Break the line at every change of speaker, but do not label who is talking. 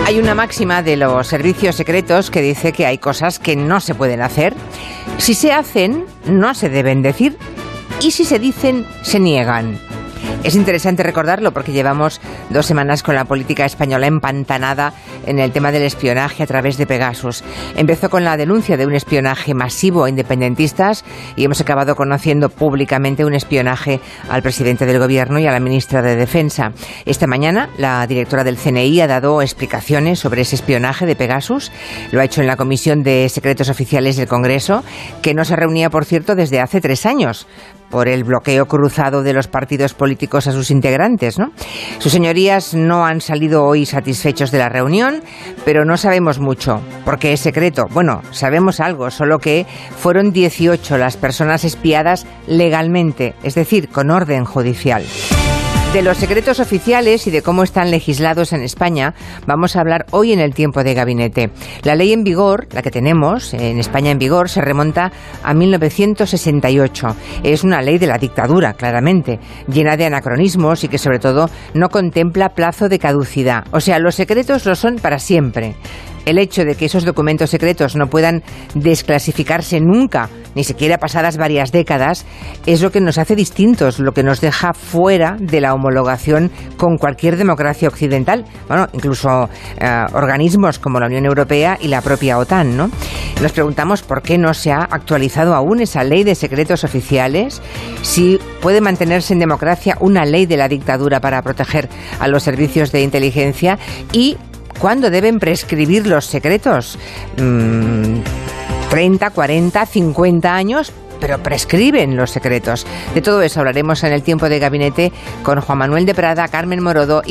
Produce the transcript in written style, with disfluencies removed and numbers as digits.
Hay una máxima de los servicios secretos que dice que hay cosas que no se pueden hacer. Si se hacen, no se deben decir. Y si se dicen, se niegan. Es interesante recordarlo porque llevamos 2 semanas con la política española empantanada en el tema del espionaje a través de Pegasus. Empezó con la denuncia de un espionaje masivo a independentistas y hemos acabado conociendo públicamente un espionaje al presidente del Gobierno y a la ministra de Defensa. Esta mañana la directora del CNI ha dado explicaciones sobre ese espionaje de Pegasus. Lo ha hecho en la Comisión de Secretos Oficiales del Congreso, que no se reunía, por cierto, desde hace 3 años. Por el bloqueo cruzado de los partidos políticos a sus integrantes, ¿no? Sus señorías no han salido hoy satisfechos de la reunión, pero no sabemos mucho, porque es secreto. Bueno, sabemos algo, solo que fueron 18 las personas espiadas legalmente, es decir, con orden judicial. De los secretos oficiales y de cómo están legislados en España vamos a hablar hoy en el Tiempo de Gabinete. La ley en vigor, la que tenemos en España en vigor, se remonta a 1968. Es una ley de la dictadura, claramente, llena de anacronismos y que sobre todo no contempla plazo de caducidad. O sea, los secretos lo son para siempre. El hecho de que esos documentos secretos no puedan desclasificarse nunca, ni siquiera pasadas varias décadas, es lo que nos hace distintos, lo que nos deja fuera de la homologación con cualquier democracia occidental, bueno, incluso organismos como la Unión Europea y la propia OTAN, ¿no? Nos preguntamos por qué no se ha actualizado aún esa ley de secretos oficiales, si puede mantenerse en democracia una ley de la dictadura para proteger a los servicios de inteligencia y ¿cuándo deben prescribir los secretos? 30, 40, 50 años, pero prescriben los secretos. De todo eso hablaremos en el Tiempo de Gabinete con Juan Manuel de Prada, Carmen Morodo